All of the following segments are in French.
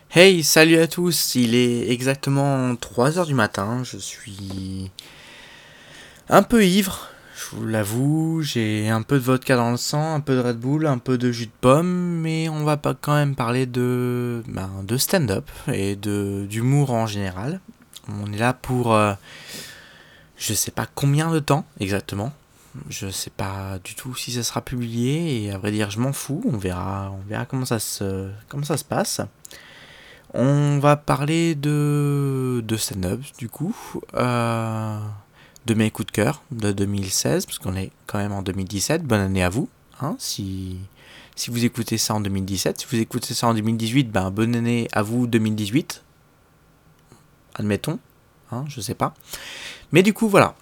Hey, salut à tous, il est exactement 3 heures du matin, je suis un peu ivre, je vous l'avoue, j'ai un peu de vodka dans le sang, un peu de Red Bull, un peu de jus de pomme, mais on va pas quand même parler de stand-up et d'humour en général. On est là pour je sais pas combien de temps exactement, je sais pas du tout si ça sera publié et à vrai dire je m'en fous, on verra comment ça se passe. On va parler de stand-up, du coup, de mes coups de cœur de 2016, parce qu'on est quand même en 2017. Bonne année à vous, hein, si vous écoutez ça en 2017. Si vous écoutez ça en 2018, ben, bonne année à vous 2018, admettons, hein, je sais pas. Mais du coup, voilà.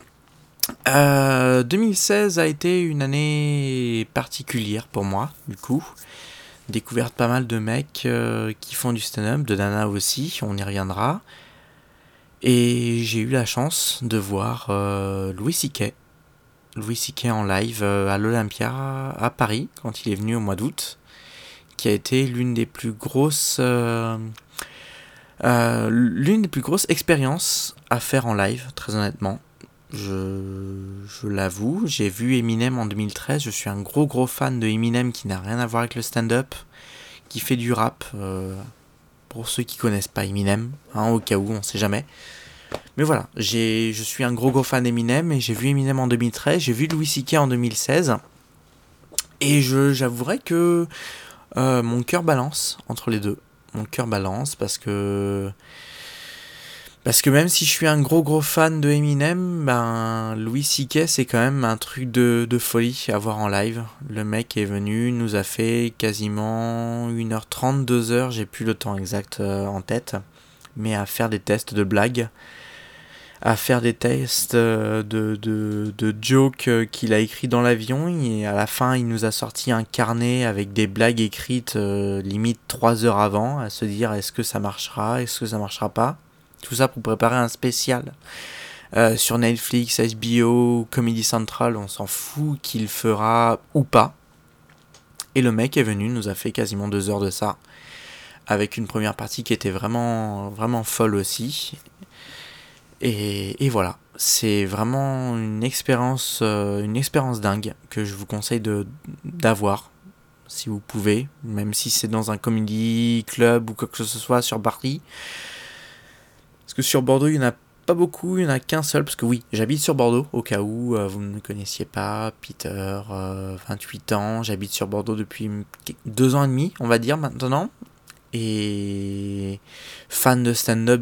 2016 a été une année particulière pour moi, du coup. Découverte pas mal de mecs qui font du stand-up, de Nana aussi, on y reviendra. Et j'ai eu la chance de voir Louis C.K. Louis C.K. en live à l'Olympia à Paris quand il est venu au mois d'août, qui a été l'une des plus grosses expériences à faire en live, très honnêtement. Je l'avoue, j'ai vu Eminem en 2013, je suis un gros fan de Eminem qui n'a rien à voir avec le stand-up, qui fait du rap, pour ceux qui connaissent pas Eminem, hein, au cas où, on sait jamais. Mais voilà, je suis un gros fan d'Eminem et j'ai vu Eminem en 2013, j'ai vu Louis C.K. en 2016 et j'avouerai que mon cœur balance entre les deux. Mon cœur balance parce que même si je suis un gros fan de Eminem, ben Louis C.K. c'est quand même un truc de folie à voir en live. Le mec est venu, nous a fait quasiment 1h30, 2 heures, j'ai plus le temps exact en tête, mais à faire des tests de blagues, à faire des tests de jokes qu'il a écrits dans l'avion. Et à la fin, il nous a sorti un carnet avec des blagues écrites limite 3 heures avant, à se dire est-ce que ça marchera, est-ce que ça marchera pas. Tout ça pour préparer un spécial sur Netflix, HBO, Comedy Central, on s'en fout qu'il fera ou pas. Et le mec est venu, nous a fait quasiment 2 heures de ça, avec une première partie qui était vraiment folle aussi. Et voilà, c'est vraiment une expérience dingue que je vous conseille d'avoir si vous pouvez, même si c'est dans un comedy club ou quoi que ce soit sur Paris. Parce que sur Bordeaux, il n'y en a pas beaucoup, il n'y en a qu'un seul. Parce que oui, j'habite sur Bordeaux, au cas où vous ne me connaissiez pas. Peter, 28 ans, j'habite sur Bordeaux depuis 2 ans et demi, on va dire maintenant. Et fan de stand-up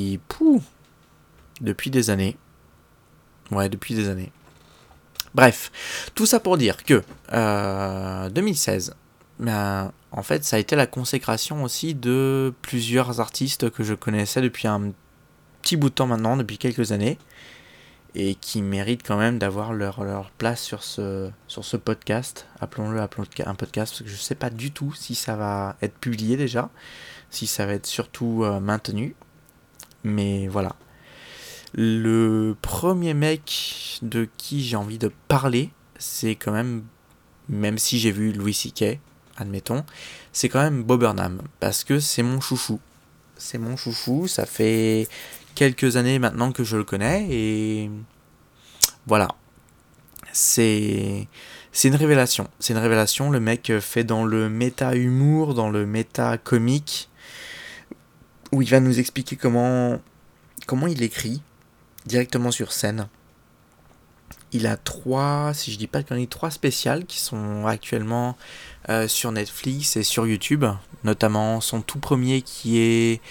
depuis des années. Ouais, depuis des années. Bref, tout ça pour dire que 2016, en fait, ça a été la consécration aussi de plusieurs artistes que je connaissais depuis un petit bout de temps maintenant, depuis quelques années, et qui méritent quand même d'avoir leur place sur ce podcast. Appelons-le un podcast, parce que je ne sais pas du tout si ça va être publié déjà, si ça va être surtout maintenu. Mais voilà. Le premier mec de qui j'ai envie de parler, c'est quand même si j'ai vu Louis C.K., admettons, c'est quand même Bob Burnham, parce que c'est mon chouchou. C'est mon chouchou, ça fait quelques années maintenant que je le connais, et voilà. C'est, c'est une révélation. C'est une révélation, le mec fait dans le méta-humour, dans le méta-comique, où il va nous expliquer comment il écrit directement sur scène. Il a si je dis pas de conneries, 3 spéciales qui sont actuellement sur Netflix et sur YouTube, notamment son tout premier qui est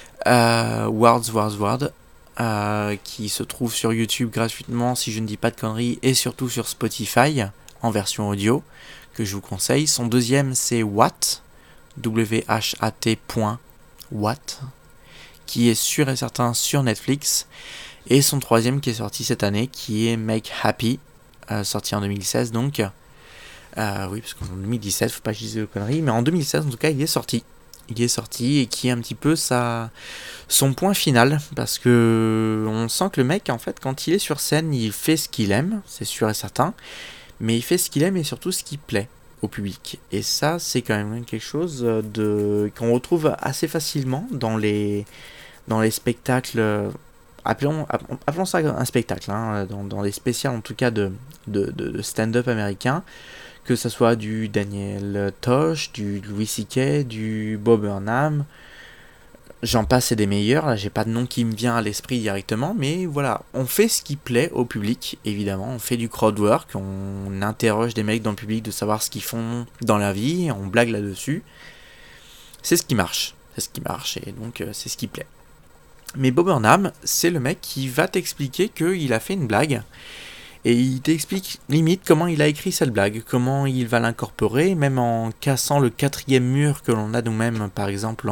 Words, qui se trouve sur YouTube gratuitement si je ne dis pas de conneries, et surtout sur Spotify en version audio, que je vous conseille. Son deuxième c'est What, W-H-A-T. What, qui est sûr et certain sur Netflix. Et son troisième qui est sorti cette année, qui est Make Happy, sorti en 2016 donc. Oui, parce qu'en 2017, faut pas que je dise de conneries, mais en 2016 en tout cas, il est sorti. Il est sorti et qui est un petit peu son point final, parce que on sent que le mec, en fait, quand il est sur scène, il fait ce qu'il aime, c'est sûr et certain, mais il fait ce qu'il aime et surtout ce qui plaît. au public. Et ça, c'est quand même quelque chose qu'on retrouve assez facilement dans les spectacles. Appelons ça un spectacle, hein, dans les spéciales en tout cas de stand-up américain, que ce soit du Daniel Tosh, du Louis C.K., du Bob Burnham, j'en passe et des meilleurs, là j'ai pas de nom qui me vient à l'esprit directement, mais voilà, on fait ce qui plaît au public, évidemment, on fait du crowd work, on interroge des mecs dans le public de savoir ce qu'ils font dans leur vie, on blague là-dessus, c'est ce qui marche, et donc c'est ce qui plaît. Mais Bob Burnham, c'est le mec qui va t'expliquer qu'il a fait une blague, et il t'explique limite comment il a écrit cette blague, comment il va l'incorporer, même en cassant le 4e mur que l'on a nous-mêmes, par exemple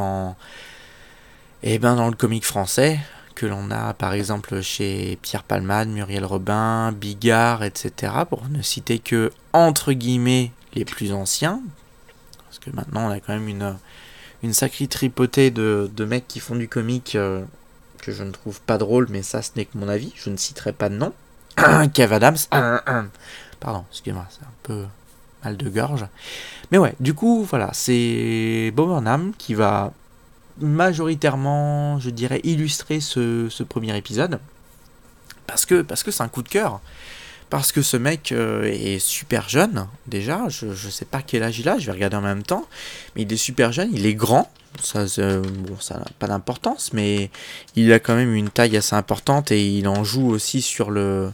dans le comique français, que l'on a par exemple chez Pierre Palmade, Muriel Robin, Bigard, etc., pour ne citer que, entre guillemets, les plus anciens, parce que maintenant on a quand même une sacrée tripotée de mecs qui font du comique que je ne trouve pas drôle, mais ça ce n'est que mon avis, je ne citerai pas de nom. Kev Adams, pardon, excusez-moi, c'est un peu mal de gorge. Mais ouais, du coup, voilà, c'est Bob Burnham qui va majoritairement, je dirais, illustrer ce premier épisode. Parce que c'est un coup de cœur. Parce que ce mec est super jeune, déjà. Je sais pas quel âge il a, je vais regarder en même temps. Mais il est super jeune, il est grand. Ça n'a pas d'importance, mais il a quand même une taille assez importante et il en joue aussi sur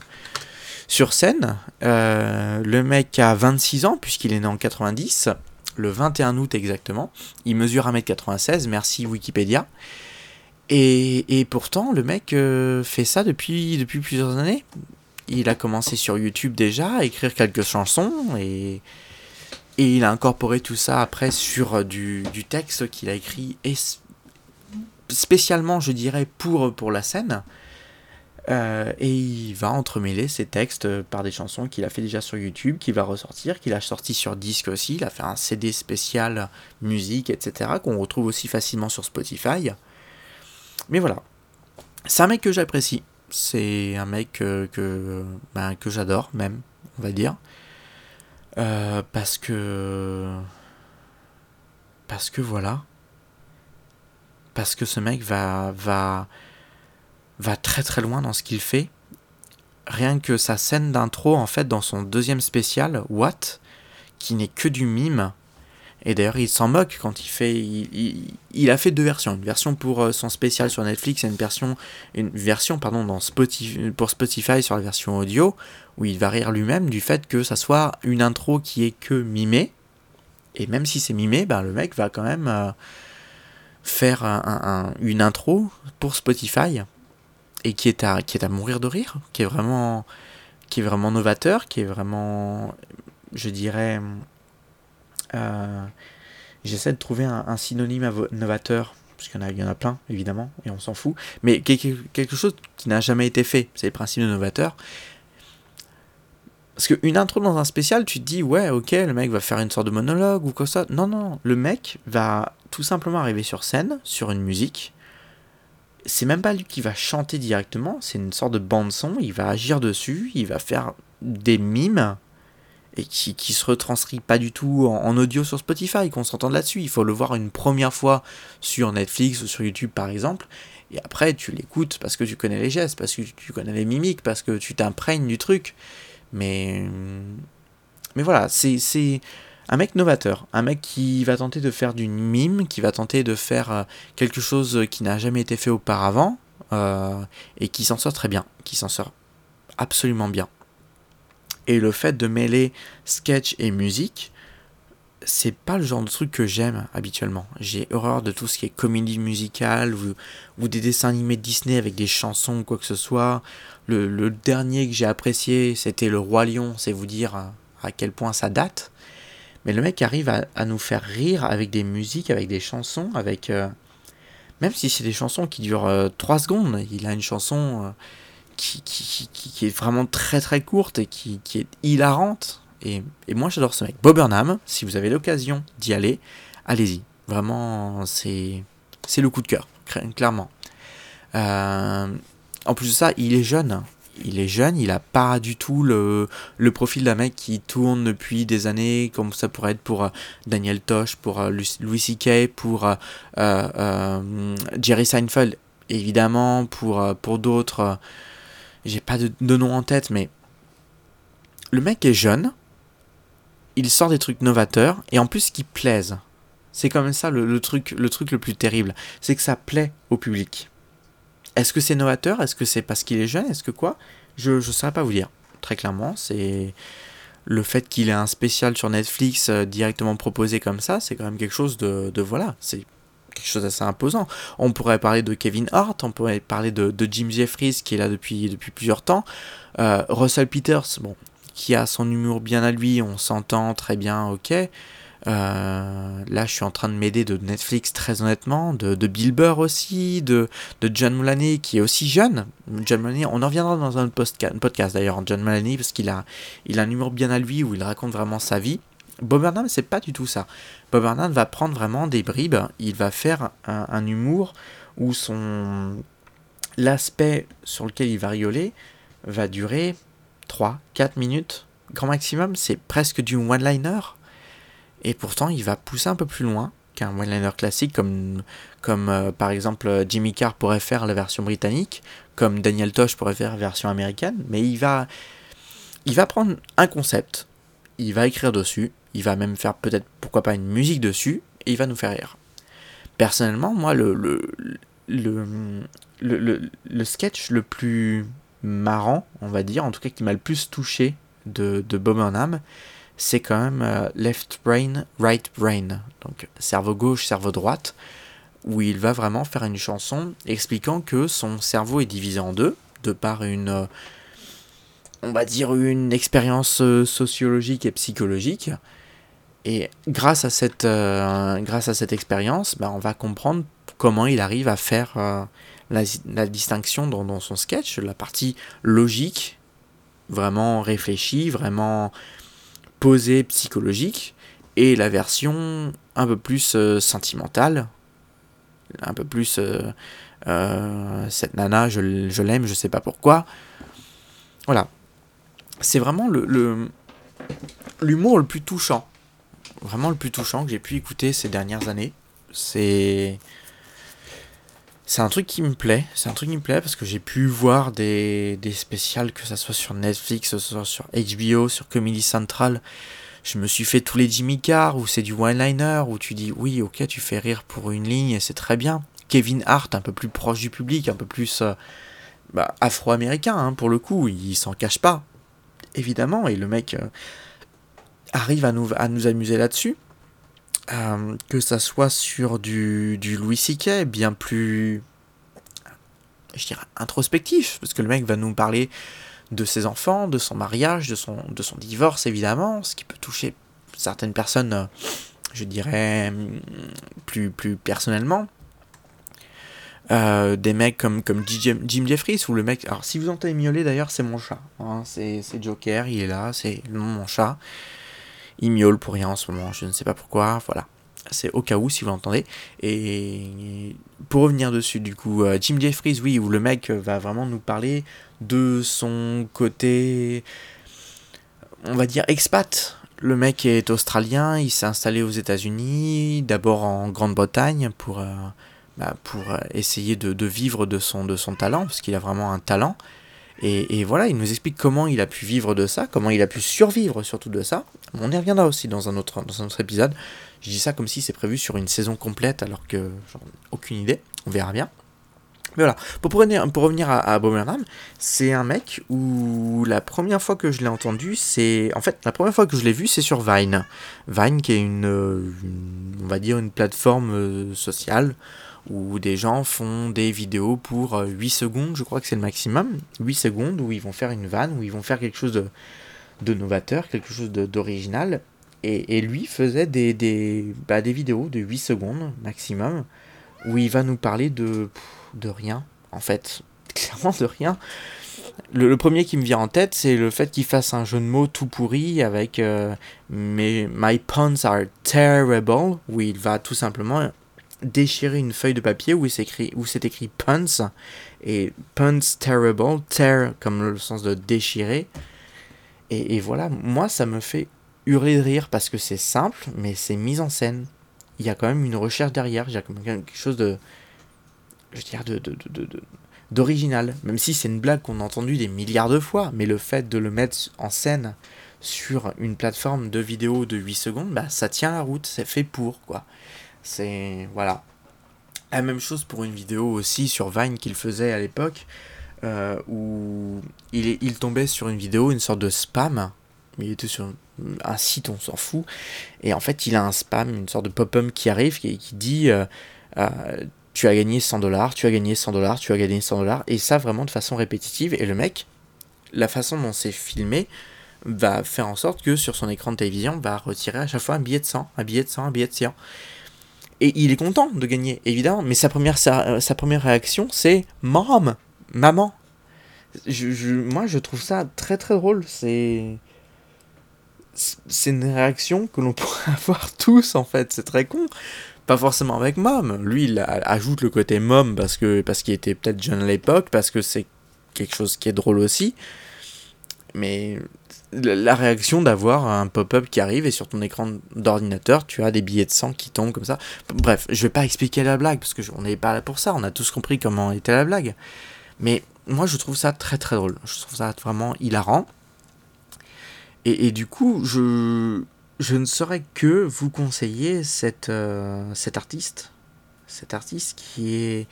scène. Le mec a 26 ans, puisqu'il est né en 90, le 21 août exactement. Il mesure 1m96, merci Wikipédia. Et pourtant, le mec fait ça depuis plusieurs années. Il a commencé sur YouTube déjà à écrire quelques chansons et il a incorporé tout ça après sur du texte qu'il a écrit spécialement, je dirais, pour la scène. Et il va entremêler ses textes par des chansons qu'il a fait déjà sur YouTube, qu'il va ressortir, qu'il a sorti sur disque aussi. Il a fait un CD spécial musique, etc., qu'on retrouve aussi facilement sur Spotify. Mais voilà, c'est un mec que j'apprécie. C'est un mec que j'adore même, on va dire. Parce que voilà. Parce que ce mec va très très loin dans ce qu'il fait. Rien que sa scène d'intro, en fait, dans son deuxième spécial, What, qui n'est que du mime. Et d'ailleurs, il s'en moque quand il fait. Il a fait 2 versions. Une version pour son spécial sur Netflix et une version pour Spotify sur la version audio, où il va rire lui-même du fait que ça soit une intro qui est que mimée. Et même si c'est mimé, le mec va quand même faire une intro pour Spotify et qui est à mourir de rire, qui est vraiment novateur, qui est vraiment, je dirais. J'essaie de trouver un synonyme novateur, parce qu'il y en a plein, évidemment, et on s'en fout, mais quelque chose qui n'a jamais été fait, c'est le principe de novateur. Parce qu'une intro dans un spécial, tu te dis, ouais, ok, le mec va faire une sorte de monologue ou quoi ça. Non, le mec va tout simplement arriver sur scène, sur une musique. C'est même pas lui qui va chanter directement, c'est une sorte de bande-son, il va agir dessus, il va faire des mimes, et qui se retranscrit pas du tout en audio sur Spotify, qu'on s'entende là-dessus. Il faut le voir une première fois sur Netflix ou sur YouTube par exemple, et après tu l'écoutes parce que tu connais les gestes, parce que tu connais les mimiques, parce que tu t'imprègnes du truc. Mais voilà, c'est un mec novateur, un mec qui va tenter de faire du mime, qui va tenter de faire quelque chose qui n'a jamais été fait auparavant, et qui s'en sort très bien, qui s'en sort absolument bien. Et le fait de mêler sketch et musique, c'est pas le genre de truc que j'aime habituellement. J'ai horreur de tout ce qui est comédie musicale ou des dessins animés de Disney avec des chansons ou quoi que ce soit. Le dernier que j'ai apprécié, c'était Le Roi Lion, c'est vous dire à quel point ça date. Mais le mec arrive à nous faire rire avec des musiques, avec des chansons, avec même si c'est des chansons qui durent 3 secondes. Il a une chanson qui est vraiment très très courte et qui est hilarante. Et moi j'adore ce mec. Bob Burnham, si vous avez l'occasion d'y aller, allez-y. Vraiment, c'est le coup de cœur, clairement. En plus de ça, il est jeune. il est jeune, il a pas du tout le profil d'un mec qui tourne depuis des années, comme ça pourrait être pour Daniel Tosh, pour Louis C.K., pour Jerry Seinfeld, évidemment, pour d'autres. J'ai pas de nom en tête, mais le mec est jeune, il sort des trucs novateurs, et en plus qui plaisent. C'est quand même ça le truc le plus terrible, c'est que ça plaît au public. Est-ce que c'est novateur? Est-ce que c'est parce qu'il est jeune? Est-ce que quoi? Je saurais pas vous dire. Très clairement, c'est le fait qu'il ait un spécial sur Netflix directement proposé comme ça, c'est quand même quelque chose de voilà, c'est quelque chose d'assez imposant. On pourrait parler de Kevin Hart, on pourrait parler de Jim Jeffries qui est là depuis plusieurs temps. Russell Peters, bon, qui a son humour bien à lui, on s'entend très bien, ok. Là, je suis en train de m'aider de Netflix, très honnêtement, de Bill Burr aussi, de John Mulaney, qui est aussi jeune. John Mulaney, on en reviendra dans un podcast d'ailleurs, John Mulaney, parce qu'il a un humour bien à lui, où il raconte vraiment sa vie. Bob Burnham, c'est pas du tout ça. Bob Burnham va prendre vraiment des bribes, il va faire un humour où l'aspect sur lequel il va rigoler va durer 3-4 minutes, grand maximum, c'est presque du one-liner. Et pourtant, il va pousser un peu plus loin qu'un one-liner classique, comme par exemple Jimmy Carr pourrait faire la version britannique, comme Daniel Tosh pourrait faire la version américaine, mais il va prendre un concept, il va écrire dessus, il va même faire peut-être, pourquoi pas, une musique dessus, et il va nous faire rire. Personnellement, moi, le sketch le plus marrant, on va dire, en tout cas qui m'a le plus touché de Bob Burnham, c'est quand même Left Brain, Right Brain, donc cerveau gauche, cerveau droite, où il va vraiment faire une chanson expliquant que son cerveau est divisé en deux, de par on va dire une expérience sociologique et psychologique, et grâce à cette expérience, on va comprendre comment il arrive à faire la distinction dans son sketch, la partie logique, vraiment réfléchie, vraiment posée, psychologique, et la version un peu plus sentimentale, un peu plus cette nana, je l'aime, je sais pas pourquoi. Voilà. C'est vraiment l'humour le plus touchant. Vraiment le plus touchant que j'ai pu écouter ces dernières années. C'est un truc qui me plaît. C'est un truc qui me plaît parce que j'ai pu voir des spécials, que ça soit sur Netflix, que ce soit sur HBO, sur Comedy Central. Je me suis fait tous les Jimmy Carr, où c'est du one-liner, où tu dis oui, ok, tu fais rire pour une ligne et c'est très bien. Kevin Hart, un peu plus proche du public, un peu plus afro-américain, hein, pour le coup, il s'en cache pas, évidemment, et le mec arrive à nous amuser là-dessus. Que ça soit sur du Louis C.K., bien plus, je dirais, introspectif, parce que le mec va nous parler de ses enfants, de son mariage, de son divorce, évidemment, ce qui peut toucher certaines personnes, je dirais, plus personnellement. Des mecs comme Jim Jeffries, où le mec... Alors, si vous entendez miauler, d'ailleurs, c'est mon chat. Hein, c'est Joker, il est là, c'est mon chat. Il miaule pour rien en ce moment, je ne sais pas pourquoi, voilà. C'est au cas où, si vous l'entendez. Et pour revenir dessus, du coup, Jim Jeffries, oui, où le mec va vraiment nous parler de son côté, on va dire, expat. Le mec est australien, il s'est installé aux États-Unis, d'abord en Grande-Bretagne, pour essayer de vivre de son talent, parce qu'il a vraiment un talent. Et voilà, il nous explique comment il a pu vivre de ça, comment il a pu survivre surtout de ça. On y reviendra aussi dans un autre épisode. Je dis ça comme si c'est prévu sur une saison complète, alors que j'en ai aucune idée. On verra bien. Mais voilà, pour revenir à Bob Burnham, c'est un mec où la première fois que je l'ai entendu, la première fois que je l'ai vu, c'est sur Vine. Vine, qui est on va dire une plateforme sociale, où des gens font des vidéos pour 8 secondes, je crois que c'est le maximum, 8 secondes, où ils vont faire une vanne, où ils vont faire quelque chose de novateur, quelque chose d'original, et lui faisait des vidéos de 8 secondes maximum, où il va nous parler de rien, en fait, clairement de rien. Le premier qui me vient en tête, c'est le fait qu'il fasse un jeu de mots tout pourri avec My puns are terrible, où il va tout simplement déchirer une feuille de papier où c'est écrit puns, et puns terrible, tear comme le sens de déchirer. Et voilà, moi ça me fait hurler de rire parce que c'est simple, mais c'est mis en scène. Il y a quand même une recherche derrière, il y a quand même quelque chose de, je veux dire, d'original. Même si c'est une blague qu'on a entendue des milliards de fois, mais le fait de le mettre en scène sur une plateforme de vidéo de 8 secondes, bah ça tient la route, c'est fait pour, quoi. C'est, voilà. La même chose pour une vidéo aussi sur Vine qu'il faisait à l'époque, où il tombait sur une vidéo, une sorte de spam. Il était sur un site, on s'en fout. Et en fait, il a un spam, une sorte de pop-up qui arrive, qui dit tu as gagné $100, tu as gagné $100, tu as gagné $100. Et ça, vraiment de façon répétitive. Et le mec, la façon dont c'est filmé, va faire en sorte que sur son écran de télévision, va retirer à chaque fois un billet de 100, un billet de 100, un billet de 100. Et il est content de gagner, évidemment, mais sa première réaction, c'est « Mom !»« Maman !» Moi, je trouve ça très très drôle. C'est une réaction que l'on pourrait avoir tous, en fait. C'est très con. Pas forcément avec Mom. Lui, il ajoute le côté Mom parce qu'il était peut-être jeune à l'époque, parce que c'est quelque chose qui est drôle aussi. Mais la réaction d'avoir un pop-up qui arrive et sur ton écran d'ordinateur, tu as des billets de 100 qui tombent comme ça. Bref, je vais pas expliquer la blague, parce qu'on n'est pas là pour ça, on a tous compris comment était la blague. Mais moi, je trouve ça très très drôle. Je trouve ça vraiment hilarant. Et du coup, je ne saurais que vous conseiller cet artiste. Cet artiste qui est...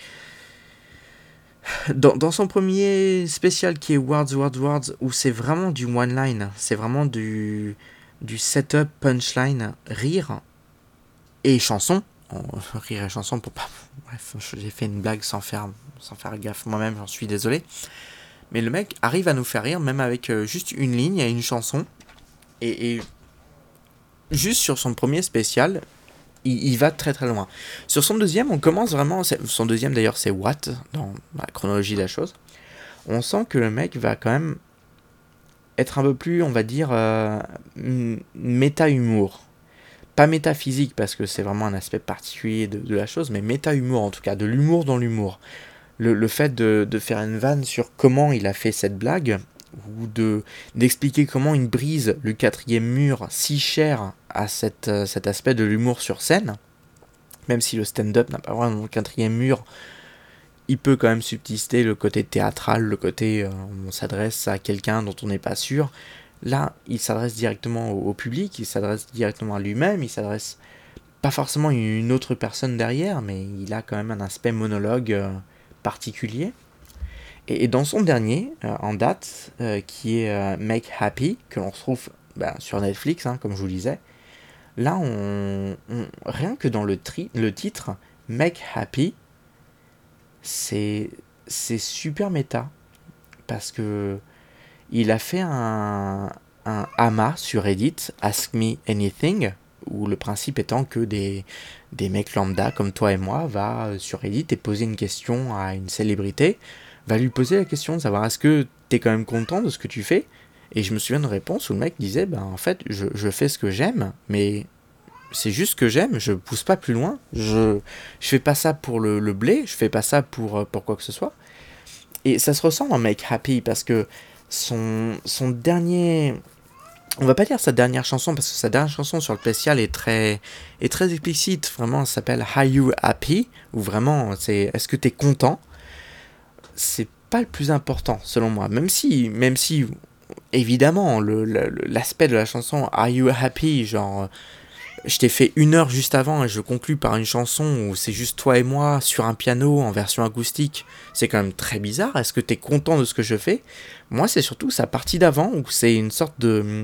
Dans son premier spécial qui est Words, où c'est vraiment du one-line, c'est vraiment du setup, punchline, rire et chanson. Rire et chanson pour pas... Bref, j'ai fait une blague sans faire gaffe moi-même, j'en suis désolé. Mais le mec arrive à nous faire rire, même avec juste une ligne et une chanson. Et juste sur son premier spécial... Il va très très loin. Sur son deuxième, on commence vraiment... Son deuxième d'ailleurs, c'est What, dans la chronologie de la chose. On sent que le mec va quand même être un peu plus, on va dire, méta-humour. Pas métaphysique, parce que c'est vraiment un aspect particulier de la chose, mais méta-humour en tout cas, de l'humour dans l'humour. Le fait de faire une vanne sur comment il a fait cette blague, ou d'expliquer comment il brise le quatrième mur si cher à cet aspect de l'humour sur scène, même si le stand-up n'a pas vraiment le quatrième mur, il peut quand même subsister le côté théâtral, le côté on s'adresse à quelqu'un dont on n'est pas sûr. Là, il s'adresse directement au public, il s'adresse directement à lui-même, il s'adresse pas forcément à une autre personne derrière, mais il a quand même un aspect monologue particulier. Et dans son dernier, en date, qui est Make Happy, que l'on retrouve sur Netflix, comme je vous le disais, là, rien que dans le titre, Make Happy, c'est super méta, parce que il a fait un AMA sur Reddit, Ask Me Anything, où le principe étant que des mecs lambda comme toi et moi va sur Reddit et poser une question à une célébrité, va lui poser la question de savoir est-ce que t'es quand même content de ce que tu fais. Et je me souviens de réponse où le mec disait en fait je fais ce que j'aime, mais c'est juste que j'aime, je pousse pas plus loin, je fais pas ça pour le blé, je fais pas ça pour quoi que ce soit. Et ça se ressent dans Make Happy parce que son dernier... On va pas dire sa dernière chanson, parce que sa dernière chanson sur le spécial est très explicite, vraiment, ça s'appelle Are You Happy, où vraiment, c'est est-ce que t'es content. C'est pas le plus important, selon moi, même si évidemment, l'aspect de la chanson Are You Happy, genre, je t'ai fait 1 heure juste avant et je conclus par une chanson où c'est juste toi et moi sur un piano en version acoustique, c'est quand même très bizarre. Est-ce que t'es content de ce que je fais? Moi, c'est surtout sa partie d'avant où c'est une sorte de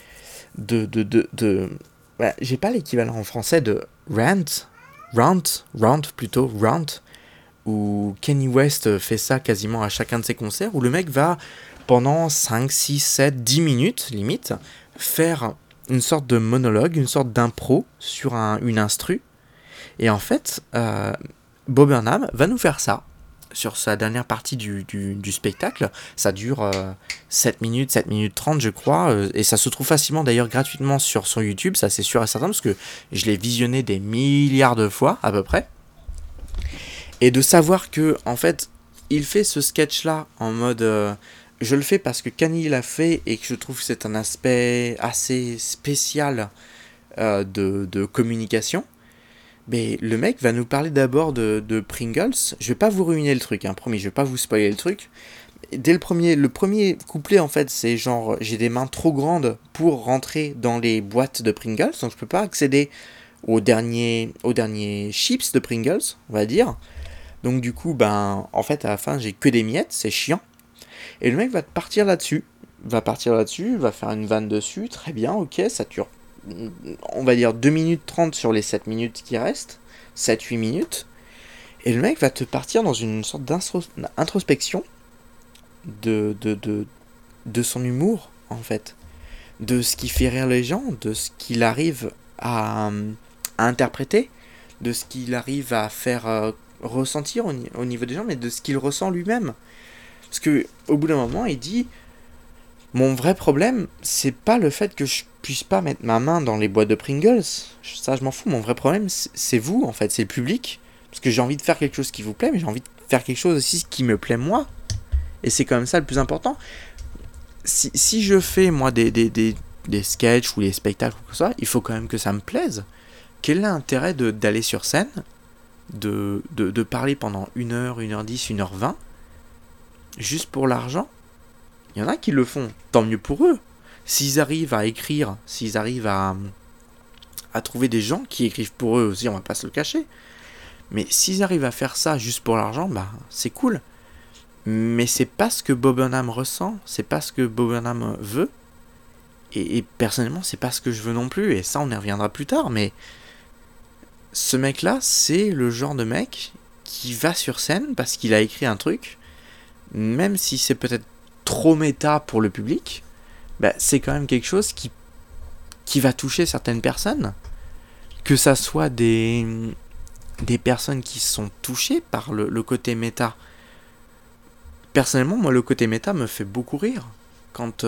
j'ai pas l'équivalent en français de rant plutôt, où Kanye West fait ça quasiment à chacun de ses concerts, où le mec va pendant 5, 6, 7, 10 minutes limite faire une sorte de monologue, une sorte d'impro sur une instru. Et en fait, Bo Burnham va nous faire ça sur sa dernière partie du spectacle. Ça dure 7 minutes 30 je crois, et ça se trouve facilement d'ailleurs gratuitement sur son YouTube, ça c'est sûr et certain, parce que je l'ai visionné des milliards de fois à peu près. Et de savoir que, en fait, il fait ce sketch-là en mode... je le fais parce que Kanye l'a fait et que je trouve que c'est un aspect assez spécial de communication. Mais le mec va nous parler d'abord de Pringles. Je vais pas vous ruiner le truc, hein, promis, je vais pas vous spoiler le truc. Dès le premier couplet, en fait, c'est genre j'ai des mains trop grandes pour rentrer dans les boîtes de Pringles, donc je peux pas accéder aux derniers chips de Pringles, on va dire. Donc du coup, ben, en fait, à la fin, j'ai que des miettes, c'est chiant. Et le mec va partir là-dessus, va faire une vanne dessus, très bien, ok, ça dure, on va dire 2 minutes 30 sur les 7 minutes qui restent, 7-8 minutes. Et le mec va te partir dans une sorte d'introspection de son humour, en fait. De ce qui fait rire les gens, de ce qu'il arrive à interpréter, de ce qu'il arrive à faire ressentir au niveau des gens, mais de ce qu'il ressent lui-même. Parce que au bout d'un moment, il dit mon vrai problème, c'est pas le fait que je puisse pas mettre ma main dans les boîtes de Pringles. Ça, je m'en fous. Mon vrai problème, c'est vous, en fait, c'est le public. Parce que j'ai envie de faire quelque chose qui vous plaît, mais j'ai envie de faire quelque chose aussi qui me plaît moi. Et c'est quand même ça le plus important. Si je fais, moi, des sketchs ou des spectacles ou tout ça, il faut quand même que ça me plaise. Quel est l'intérêt d'aller sur scène, de parler pendant 1h, 1h10, 1h20, juste pour l'argent? Il y en a qui le font, tant mieux pour eux. S'ils arrivent à écrire, s'ils arrivent à trouver des gens qui écrivent pour eux aussi, on va pas se le cacher. Mais s'ils arrivent à faire ça juste pour l'argent, bah c'est cool. Mais c'est pas ce que Bob Burnham ressent, c'est pas ce que Bob Burnham veut. Et personnellement, c'est pas ce que je veux non plus, et ça on y reviendra plus tard, mais ce mec-là, c'est le genre de mec qui va sur scène parce qu'il a écrit un truc, même si c'est peut-être trop méta pour le public, bah, c'est quand même quelque chose qui va toucher certaines personnes, que ça soit des personnes qui sont touchées par le côté méta. Personnellement, moi, le côté méta me fait beaucoup rire quand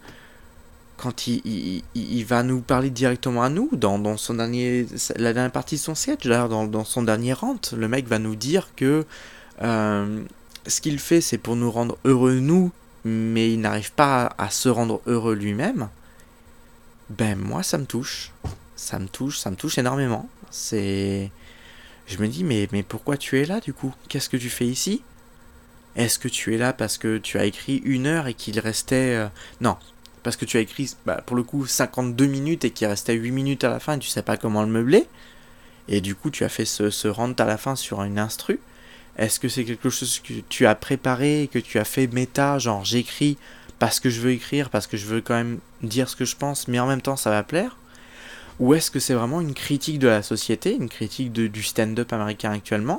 il va nous parler directement à nous dans son la dernière partie de son sketch, d'ailleurs dans son dernier rant, le mec va nous dire que ce qu'il fait, c'est pour nous rendre heureux nous, mais il n'arrive pas à se rendre heureux lui-même. Ben moi ça me touche énormément. Je me dis mais pourquoi tu es là du coup? Qu'est-ce que tu fais ici? Est-ce que tu es là parce que tu as écrit 1 heure et qu'il restait non, parce que tu as écrit pour le coup 52 minutes et qu'il restait 8 minutes à la fin et tu sais pas comment le meubler, et du coup tu as fait ce rant à la fin sur une instru. Est-ce que c'est quelque chose que tu as préparé, que tu as fait méta, genre j'écris parce que je veux écrire, parce que je veux quand même dire ce que je pense, mais en même temps ça va plaire? Ou est-ce que c'est vraiment une critique de la société, une critique du stand-up américain actuellement?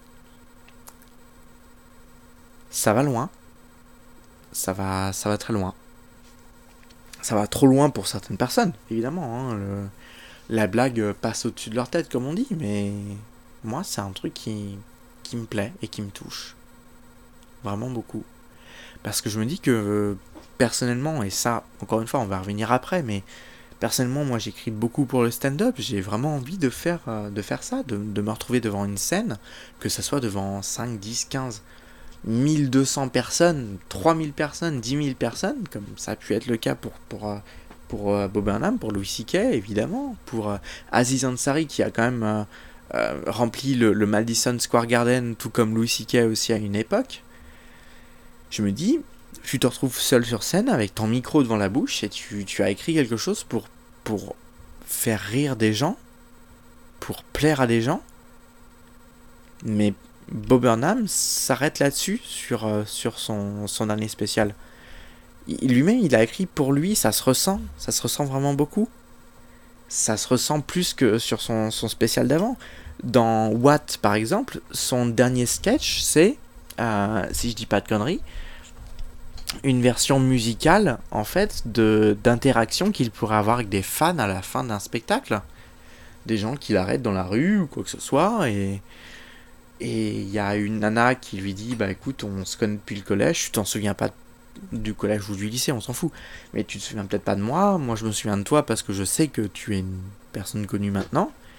Ça va loin. Ça va très loin. Ça va trop loin pour certaines personnes, évidemment. Hein, la blague passe au-dessus de leur tête, comme on dit, mais moi c'est un truc qui me plaît et qui me touche. Vraiment beaucoup. Parce que je me dis que personnellement, et ça, encore une fois, on va revenir après, mais personnellement, moi j'écris beaucoup pour le stand-up, j'ai vraiment envie de faire ça, de me retrouver devant une scène, que ce soit devant 5, 10, 15, 1200 personnes, 3000 personnes, 10 000 personnes, comme ça a pu être le cas pour Bob Burnham, pour Louis C.K. évidemment, pour Aziz Ansari qui a quand même rempli le Madison Square Garden, tout comme Louis C.K. aussi à une époque. Je me dis, tu te retrouves seul sur scène avec ton micro devant la bouche et tu as écrit quelque chose pour faire rire des gens, pour plaire à des gens, mais Bob Burnham s'arrête là-dessus sur son dernier spécial. Lui-même, il a écrit pour lui, ça se ressent vraiment beaucoup. Ça se ressent plus que sur son spécial d'avant. Dans What, par exemple, son dernier sketch, c'est, si je dis pas de conneries, une version musicale, en fait, d'interaction qu'il pourrait avoir avec des fans à la fin d'un spectacle. Des gens qui l'arrêtent dans la rue ou quoi que ce soit, et il y a une nana qui lui dit écoute, on se connaît depuis le collège, tu t'en souviens pas du collège ou du lycée, on s'en fout, mais tu te souviens peut-être pas de moi je me souviens de toi parce que je sais que tu es une personne connue maintenant,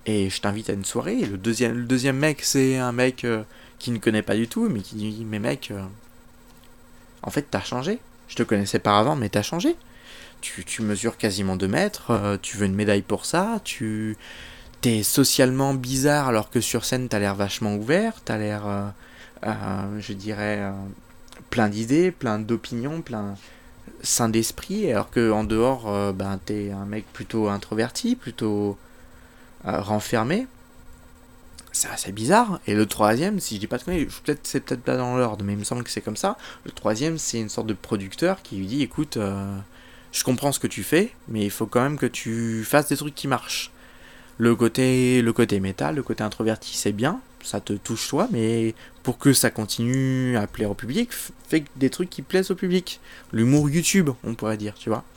et je t'invite à une soirée. Et le deuxième mec, c'est un mec qui ne connaît pas du tout, mais qui dit, mais mec, en fait, t'as changé. Je te connaissais pas avant, mais t'as changé. Tu mesures quasiment 2 mètres, tu veux une médaille pour ça, t'es socialement bizarre alors que sur scène t'as l'air vachement ouvert, t'as l'air, je dirais, plein d'idées, plein d'opinions, plein sain d'esprit, alors que en dehors, ben, t'es un mec plutôt introverti, plutôt renfermé. C'est assez bizarre. Et le troisième, si je dis pas de conneries, c'est peut-être pas dans l'ordre, mais il me semble que c'est comme ça. Le troisième, c'est une sorte de producteur qui lui dit, écoute, je comprends ce que tu fais, mais il faut quand même que tu fasses des trucs qui marchent. Le côté métal, le côté introverti, c'est bien, ça te touche toi, mais pour que ça continue à plaire au public, fais des trucs qui plaisent au public. L'humour YouTube, on pourrait dire, tu vois.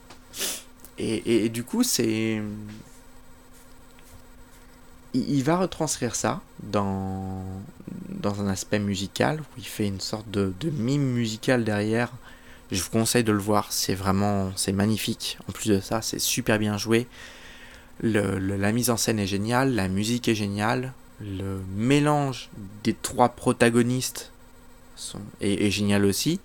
Et du coup, il va retranscrire ça dans un aspect musical, où il fait une sorte de mime musical derrière. Je vous conseille de le voir, c'est magnifique. En plus de ça, c'est super bien joué. La mise en scène est géniale, la musique est géniale, le mélange des 3 protagonistes est génial aussi.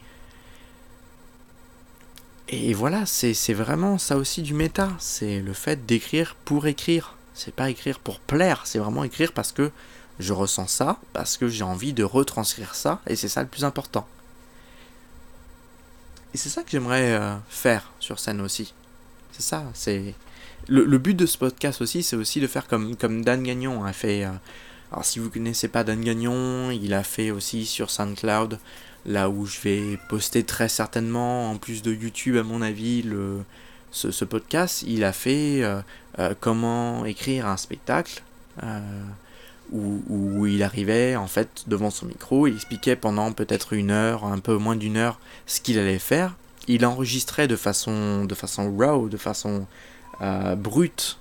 Et voilà, c'est vraiment ça aussi du méta, c'est le fait d'écrire pour écrire. C'est pas écrire pour plaire, c'est vraiment écrire parce que je ressens ça, parce que j'ai envie de retranscrire ça, et c'est ça le plus important. Et c'est ça que j'aimerais faire sur scène aussi. C'est ça, c'est... Le but de ce podcast aussi, c'est aussi de faire comme Dan Gagnon a fait. Alors si vous connaissez pas Dan Gagnon, il a fait aussi sur SoundCloud, là où je vais poster très certainement, en plus de YouTube à mon avis, ce podcast. Il a fait comment écrire un spectacle, où il arrivait en fait devant son micro, il expliquait pendant peut-être 1 heure, un peu moins d'1 heure, ce qu'il allait faire. Il enregistrait de façon raw, de façon brute,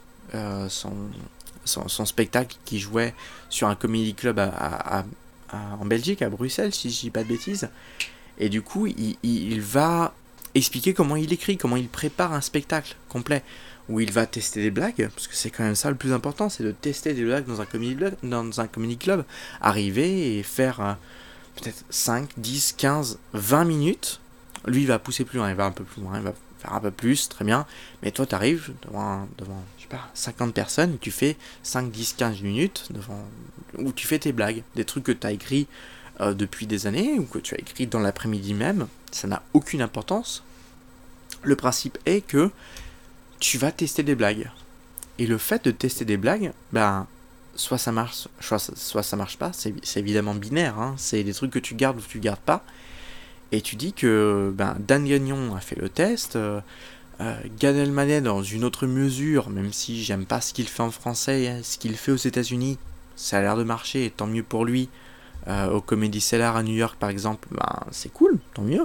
son spectacle qui jouait sur un comedy club en Belgique, à Bruxelles, si je dis pas de bêtises. Et du coup, il va expliquer comment il écrit, comment il prépare un spectacle complet, où il va tester des blagues, parce que c'est quand même ça le plus important, c'est de tester des blagues dans un comedy club, arriver et faire peut-être 5, 10, 15, 20 minutes. Lui, il va pousser plus loin, il va un peu plus loin, il va faire un peu plus, très bien. Mais toi, t'arrives devant je sais pas, 50 personnes, et tu fais 5, 10, 15 minutes où tu fais tes blagues, des trucs que tu as écrits depuis des années, ou que tu as écrit dans l'après-midi même. Ça n'a aucune importance. Le principe est que tu vas tester des blagues. Et le fait de tester des blagues, ben, soit ça marche, soit ça marche pas. C'est évidemment binaire, hein. C'est des trucs que tu gardes ou tu gardes pas. Et tu dis que ben, Dan Gagnon a fait le test, Gad Elmaleh dans une autre mesure, même si j'aime pas ce qu'il fait en français, hein, ce qu'il fait aux États-Unis, ça a l'air de marcher, et tant mieux pour lui. Au Comedy Cellar à New York par exemple, ben, c'est cool, tant mieux.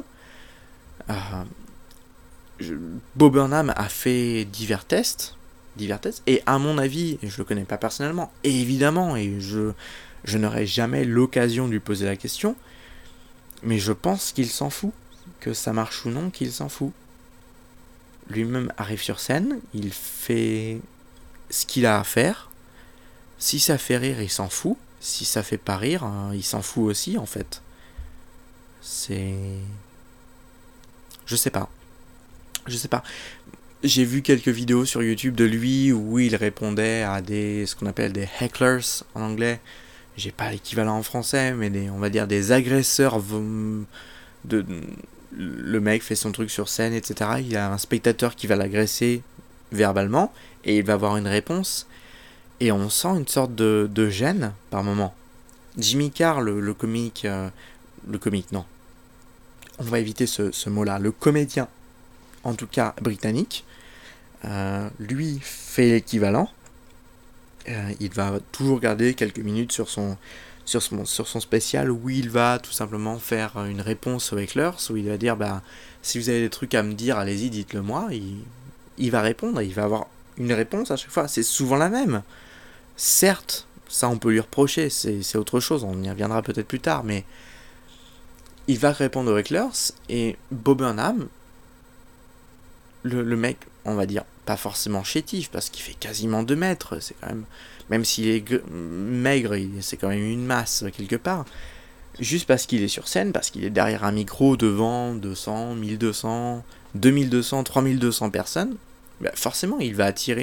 Bo Burnham a fait divers tests, et à mon avis, et je le connais pas personnellement, et évidemment, et je n'aurai jamais l'occasion de lui poser la question, mais je pense qu'il s'en fout, que ça marche ou non, qu'il s'en fout. Lui-même arrive sur scène, il fait ce qu'il a à faire. Si ça fait rire, il s'en fout. Si ça fait pas rire, il s'en fout aussi, en fait. C'est... Je sais pas. J'ai vu quelques vidéos sur YouTube de lui où il répondait à ce qu'on appelle des hecklers en anglais. J'ai pas l'équivalent en français, mais on va dire des agresseurs. Le mec fait son truc sur scène, etc. Il y a un spectateur qui va l'agresser verbalement et il va avoir une réponse. Et on sent une sorte de gêne par moment. Jimmy Carr, le comique, non. On va éviter ce mot-là. Le comédien, en tout cas britannique, lui fait l'équivalent. Il va toujours garder quelques minutes sur son spécial où il va tout simplement faire une réponse aux hecklers, où il va dire bah, si vous avez des trucs à me dire, allez-y, dites-le moi. Il va répondre, il va avoir une réponse à chaque fois. C'est souvent la même. Certes, ça on peut lui reprocher, c'est autre chose, on y reviendra peut-être plus tard, mais il va répondre aux hecklers et Bo Burnham le mec, on va dire, pas forcément chétif, parce qu'il fait quasiment 2 mètres, c'est quand même, même s'il est maigre, c'est quand même une masse quelque part, juste parce qu'il est sur scène, parce qu'il est derrière un micro devant 200, 1200, 2200, 3200 personnes, bah forcément il va attirer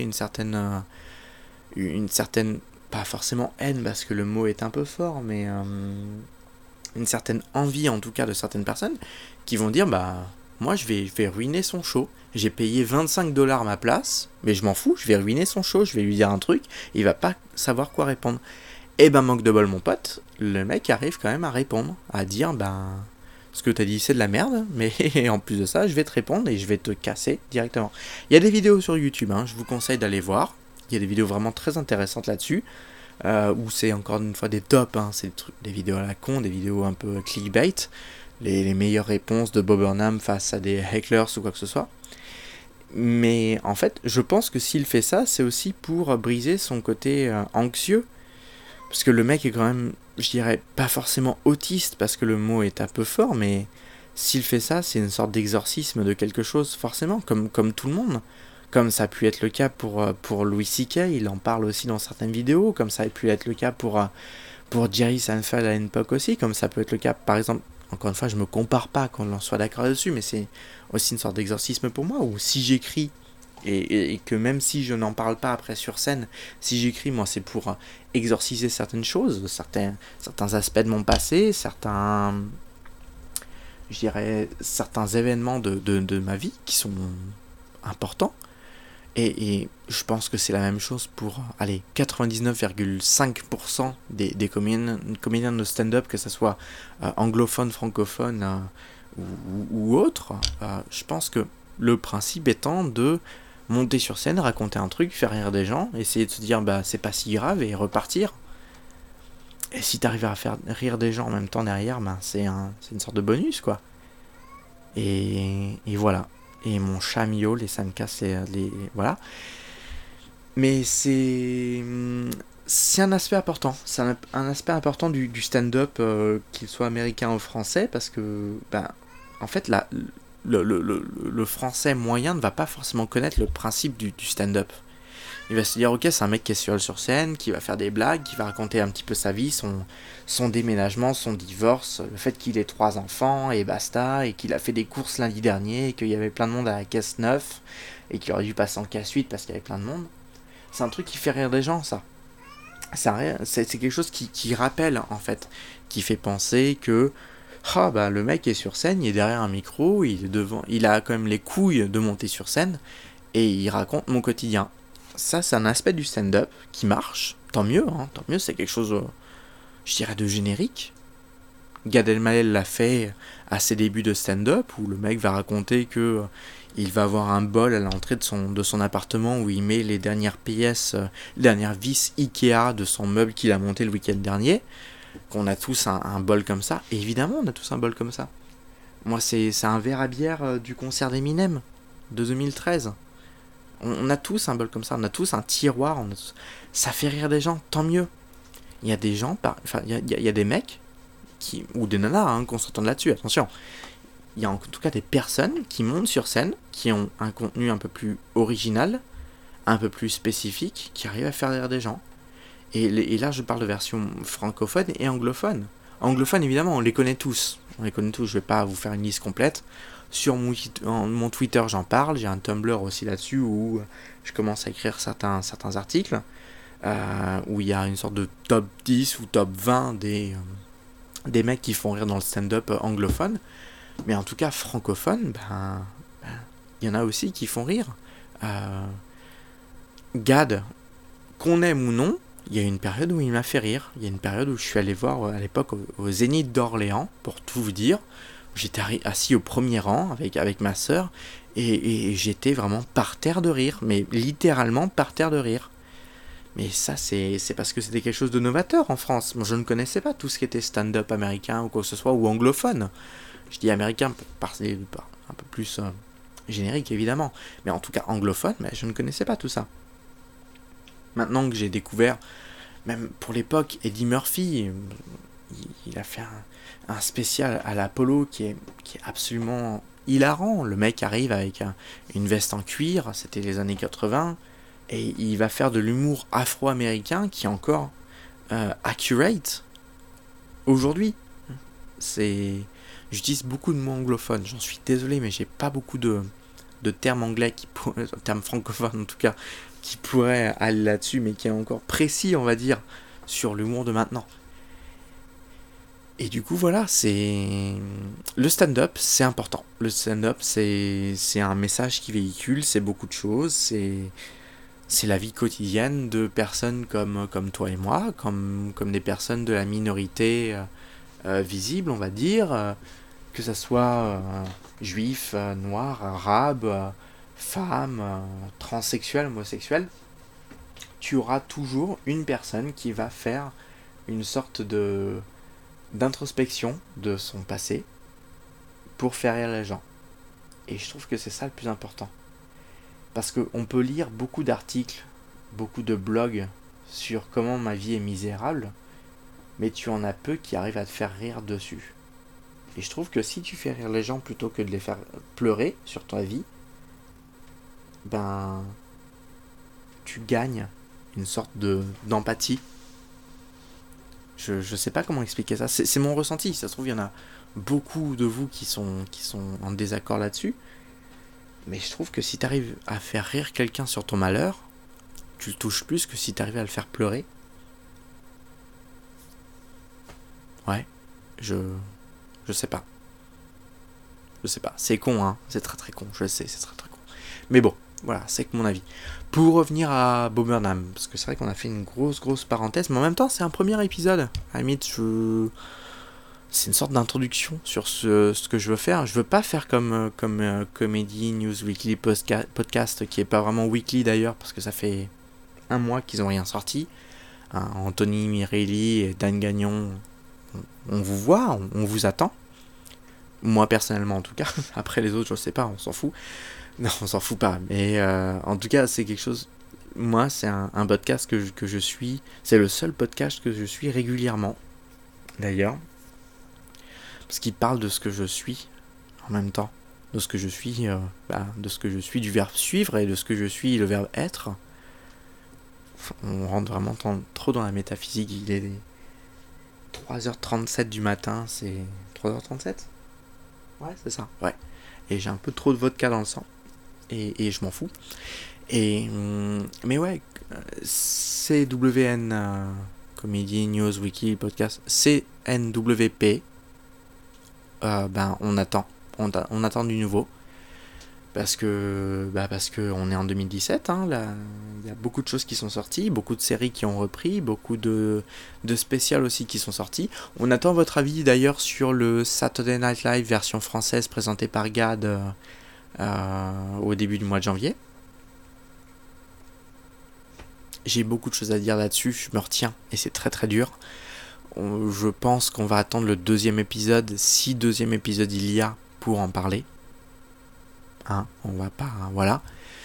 une certaine, pas forcément haine, parce que le mot est un peu fort, mais une certaine envie en tout cas de certaines personnes qui vont dire bah moi je vais ruiner son show. J'ai payé 25 $ ma place, mais je m'en fous, je vais ruiner son show, je vais lui dire un truc, il va pas savoir quoi répondre. Et ben manque de bol mon pote, le mec arrive quand même à répondre, à dire ben ce que t'as dit c'est de la merde, mais en plus de ça je vais te répondre et je vais te casser directement. Il y a des vidéos sur YouTube, hein, je vous conseille d'aller voir, il y a des vidéos vraiment très intéressantes là-dessus. Où c'est encore une fois des tops, hein, c'est des vidéos à la con, des vidéos un peu clickbait, les meilleures réponses de Bob Burnham face à des hecklers ou quoi que ce soit. Mais en fait, je pense que s'il fait ça, c'est aussi pour briser son côté anxieux, parce que le mec est quand même, je dirais, pas forcément autiste, parce que le mot est un peu fort, mais s'il fait ça, c'est une sorte d'exorcisme de quelque chose, forcément, comme tout le monde. Comme ça a pu être le cas pour Louis C.K., il en parle aussi dans certaines vidéos, comme ça a pu être le cas pour Jerry Seinfeld à une époque aussi, comme ça peut être le cas, par exemple, encore une fois, je me compare pas qu'on en soit d'accord dessus, mais c'est aussi une sorte d'exorcisme pour moi, où si j'écris, et que même si je n'en parle pas après sur scène, si j'écris, moi c'est pour exorciser certaines choses, certains aspects de mon passé, je dirais, certains événements de ma vie qui sont importants. Et je pense que c'est la même chose pour, allez, 99,5% des comédiens de stand-up, que ce soit anglophone, francophone ou autre. Je pense que le principe étant de monter sur scène, raconter un truc, faire rire des gens, essayer de se dire bah c'est pas si grave et repartir. Et si t'arrives à faire rire des gens en même temps derrière, bah, c'est une sorte de bonus quoi. Et voilà. Et mon chat miaule et ça me casse voilà. Mais c'est un aspect important. C'est un aspect important du stand-up, qu'il soit américain ou français, parce que, ben, en fait, le français moyen ne va pas forcément connaître le principe du stand-up. Il va se dire, ok, c'est un mec qui est sur scène, qui va faire des blagues, qui va raconter un petit peu sa vie, son déménagement, son divorce, le fait qu'il ait 3 enfants, et basta, et qu'il a fait des courses lundi dernier, et qu'il y avait plein de monde à la caisse 9, et qu'il aurait dû passer en caisse 8 parce qu'il y avait plein de monde. C'est un truc qui fait rire des gens, ça. C'est quelque chose qui rappelle, en fait, qui fait penser que bah, le mec est sur scène, il est derrière un micro, il a quand même les couilles de monter sur scène, et il raconte mon quotidien. Ça, c'est un aspect du stand-up qui marche, tant mieux, c'est quelque chose, je dirais, de générique. Gad Elmaleh l'a fait à ses débuts de stand-up, où le mec va raconter que il va avoir un bol à l'entrée de son appartement où il met les dernières pièces, les dernières vis Ikea de son meuble qu'il a monté le week-end dernier, qu'on a tous un bol comme ça. Et évidemment, on a tous un bol comme ça. Moi, c'est un verre à bière du concert d'Eminem de 2013. On a tous un bol comme ça, on a tous un tiroir, ça fait rire des gens, tant mieux. Il y a des gens, il y a des mecs, ou des nanas, qu'on s'entende là-dessus, attention. Il y a en tout cas des personnes qui montent sur scène, qui ont un contenu un peu plus original, un peu plus spécifique, qui arrivent à faire rire des gens. Et là, je parle de version francophone et anglophone. Anglophone, évidemment, on les connaît tous. Je ne vais pas vous faire une liste complète. Sur mon Twitter, j'en parle. J'ai un Tumblr aussi là-dessus où je commence à écrire certains articles où il y a une sorte de top 10 ou top 20 des mecs qui font rire dans le stand-up anglophone. Mais en tout cas, francophone, il y en a aussi qui font rire. Gad, qu'on aime ou non, il y a une période où il m'a fait rire. Il y a une période où je suis allé voir à l'époque au Zénith d'Orléans, pour tout vous dire. J'étais assis au premier rang avec ma sœur et j'étais vraiment par terre de rire, mais littéralement par terre de rire. Mais ça, c'est parce que c'était quelque chose de novateur en France. Moi, je ne connaissais pas tout ce qui était stand-up américain ou quoi que ce soit, ou anglophone. Je dis américain pour parler un peu plus générique, évidemment. Mais en tout cas, anglophone, mais je ne connaissais pas tout ça. Maintenant que j'ai découvert, même pour l'époque, Eddie Murphy, il a fait un spécial à l'Apollo qui est absolument hilarant. Le mec arrive avec une veste en cuir, c'était les années 80, et il va faire de l'humour afro-américain qui est encore accurate aujourd'hui. C'est... J'utilise beaucoup de mots anglophones, j'en suis désolé, mais j'ai pas beaucoup de termes anglais, termes francophones en tout cas, qui pourraient aller là-dessus, mais qui est encore précis, on va dire, sur l'humour de maintenant. Et du coup, voilà, c'est... Le stand-up, c'est important. Le stand-up, c'est un message qui véhicule, c'est beaucoup de choses, c'est la vie quotidienne de personnes comme toi et moi, comme des personnes de la minorité visible, on va dire, que ça soit juif, noir, arabe, femme, transsexuel, homosexuel. Tu auras toujours une personne qui va faire une sorte d'introspection de son passé pour faire rire les gens. Et je trouve que c'est ça le plus important. Parce qu'on peut lire beaucoup d'articles, beaucoup de blogs sur comment ma vie est misérable, mais tu en as peu qui arrivent à te faire rire dessus. Et je trouve que si tu fais rire les gens plutôt que de les faire pleurer sur ta vie, ben tu gagnes une sorte d'empathie. Je sais pas comment expliquer ça. C'est mon ressenti. Ça se trouve, il y en a beaucoup de vous qui sont en désaccord là-dessus. Mais je trouve que si tu arrives à faire rire quelqu'un sur ton malheur, tu le touches plus que si tu arrives à le faire pleurer. Ouais, je sais pas. Je sais pas. C'est con, hein. C'est très très con. Je sais, c'est très très con. Mais bon, voilà, c'est que mon avis. Pour revenir à Bo Burnham, parce que c'est vrai qu'on a fait une grosse parenthèse, mais en même temps, c'est un premier épisode. À la limite, c'est une sorte d'introduction sur ce que je veux faire. Je veux pas faire comme Comedy News Weekly podcast, qui est pas vraiment weekly d'ailleurs, parce que ça fait un mois qu'ils ont rien sorti. Anthony Mirelli et Dan Gagnon, on vous voit, on vous attend. Moi personnellement en tout cas. Après les autres, je sais pas, on s'en fout. Non, on s'en fout pas. Mais en tout cas, c'est quelque chose. Moi, c'est un podcast que je suis. C'est le seul podcast que je suis régulièrement. D'ailleurs. Parce qu'il parle de ce que je suis en même temps. De ce que je suis. De ce que je suis du verbe suivre et de ce que je suis le verbe être. On rentre vraiment trop dans la métaphysique. Il est 3h37 du matin. C'est 3h37 ? Ouais, c'est ça. Ouais. Et j'ai un peu trop de vodka dans le sang. Et je m'en fous. Mais ouais, CWN, Comedy, News, Wiki, Podcast, CNWP, on attend. On attend du nouveau. Parce que on est en 2017, hein, là, il y a beaucoup de choses qui sont sorties, beaucoup de séries qui ont repris, beaucoup de spéciales aussi qui sont sorties. On attend votre avis d'ailleurs sur le Saturday Night Live version française présentée par Gad au début du mois de janvier. J'ai beaucoup de choses à dire là-dessus, je me retiens, et c'est très très dur. Je pense qu'on va attendre le deuxième épisode, si deuxième épisode il y a, pour en parler. Hein, on va pas, hein, voilà.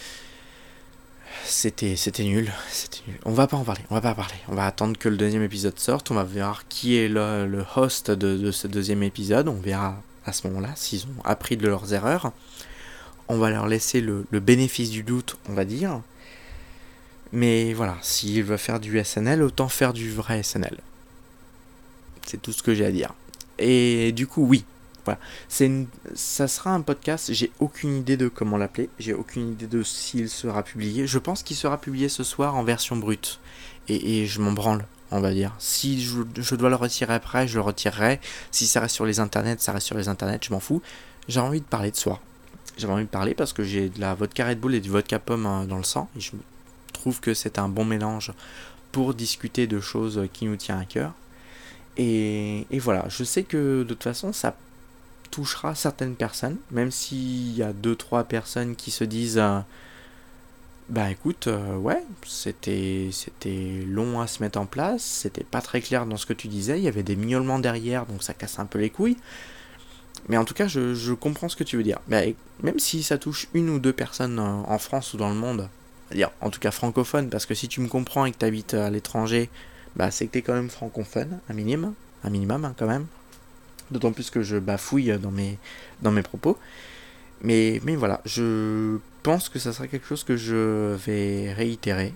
C'était nul. On va pas en parler, on va attendre que le deuxième épisode sorte, on va voir qui est le host de ce deuxième épisode, on verra à ce moment-là s'ils ont appris de leurs erreurs. On va leur laisser le bénéfice du doute, on va dire. Mais voilà, s'ils veulent faire du SNL, autant faire du vrai SNL. C'est tout ce que j'ai à dire. Et du coup, oui. Voilà. Ça sera un podcast, j'ai aucune idée de comment l'appeler, j'ai aucune idée de s'il sera publié. Je pense qu'il sera publié ce soir en version brute. Et je m'en branle, on va dire. Si je dois le retirer après, je le retirerai. Si ça reste sur les internets, ça reste sur les internets, je m'en fous. J'ai envie de parler de soir. J'avais envie de parler parce que j'ai de la vodka Red Bull et du vodka pomme dans le sang. Et je trouve que c'est un bon mélange pour discuter de choses qui nous tiennent à cœur. Et voilà, je sais que de toute façon, ça touchera certaines personnes, même s'il y a 2-3 personnes qui se disent écoute, ouais, c'était long à se mettre en place, c'était pas très clair dans ce que tu disais, il y avait des miaulements derrière, donc ça casse un peu les couilles. Mais en tout cas, je comprends ce que tu veux dire. Mais même si ça touche 1 ou 2 personnes en France ou dans le monde, c'est-à-dire en tout cas francophone, parce que si tu me comprends et que tu habites à l'étranger, c'est que tu es quand même francophone, un minimum hein, quand même. D'autant plus que je bafouille dans mes propos. Mais voilà, je pense que ça sera quelque chose que je vais réitérer.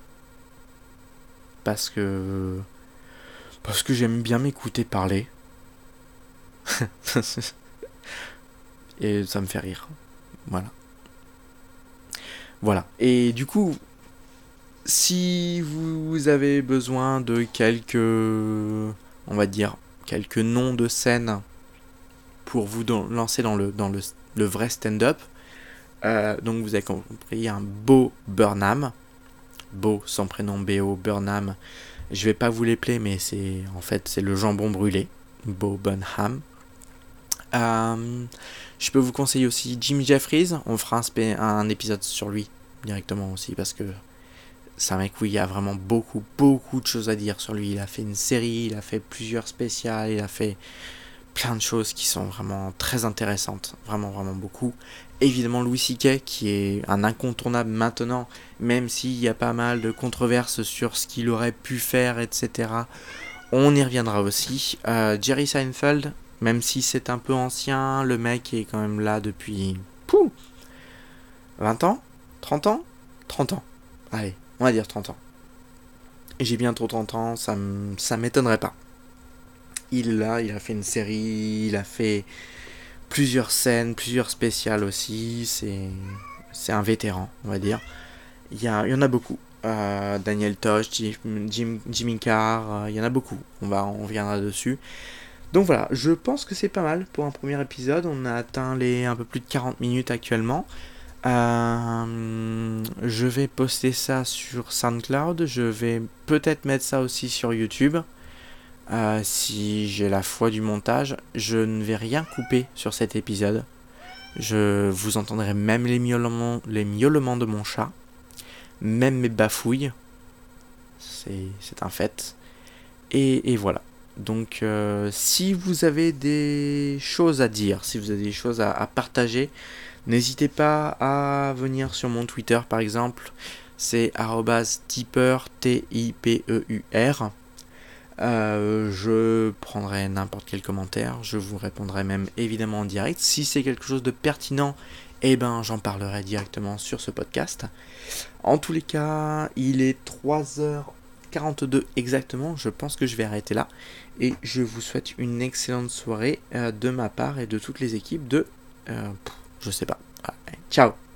Parce que j'aime bien m'écouter parler. Et ça me fait rire. Voilà. Voilà. Et du coup, si vous avez besoin de quelques, on va dire, quelques noms de scènes pour vous lancer dans le vrai stand-up, donc vous avez compris un Bo Burnham, Bo sans prénom B-O Burnham. Je vais pas vous l'épeler, mais c'est le jambon brûlé, Bo Burnham. Je peux vous conseiller aussi Jim Jeffries. On fera un épisode sur lui directement aussi parce que c'est un mec où il y a vraiment beaucoup de choses à dire sur lui. Il a fait une série, il a fait plusieurs spéciales, il a fait plein de choses qui sont vraiment très intéressantes, vraiment beaucoup. Évidemment Louis C.K. qui est un incontournable maintenant, même s'il y a pas mal de controverses sur ce qu'il aurait pu faire, etc. On y reviendra aussi. Jerry Seinfeld, même si c'est un peu ancien, le mec est quand même là depuis 20 ans 30 ans 30 ans. Allez, on va dire 30 ans. Et j'ai bientôt 30 ans, ça m'étonnerait pas. Il a fait une série, il a fait plusieurs scènes, plusieurs spéciales aussi. C'est un vétéran, on va dire. Il y en a beaucoup. Daniel Tosh, Jimmy Carr, il y en a beaucoup. On reviendra dessus. Donc voilà, je pense que c'est pas mal pour un premier épisode. On a atteint les un peu plus de 40 minutes actuellement. Je vais poster ça sur SoundCloud. Je vais peut-être mettre ça aussi sur YouTube. Si j'ai la foi du montage, je ne vais rien couper sur cet épisode. Vous entendrez même les miaulements de mon chat, même mes bafouilles. C'est un fait. Et voilà. Donc si vous avez des choses à dire, si vous avez des choses à partager, n'hésitez pas à venir sur mon Twitter par exemple. C'est @tipeur TIPEUR. Je prendrai n'importe quel commentaire, je vous répondrai même évidemment en direct. Si c'est quelque chose de pertinent, j'en parlerai directement sur ce podcast. En tous les cas, il est 3h42 exactement, je pense que je vais arrêter là. Et je vous souhaite une excellente soirée de ma part et de toutes les équipes de... je sais pas. Ciao.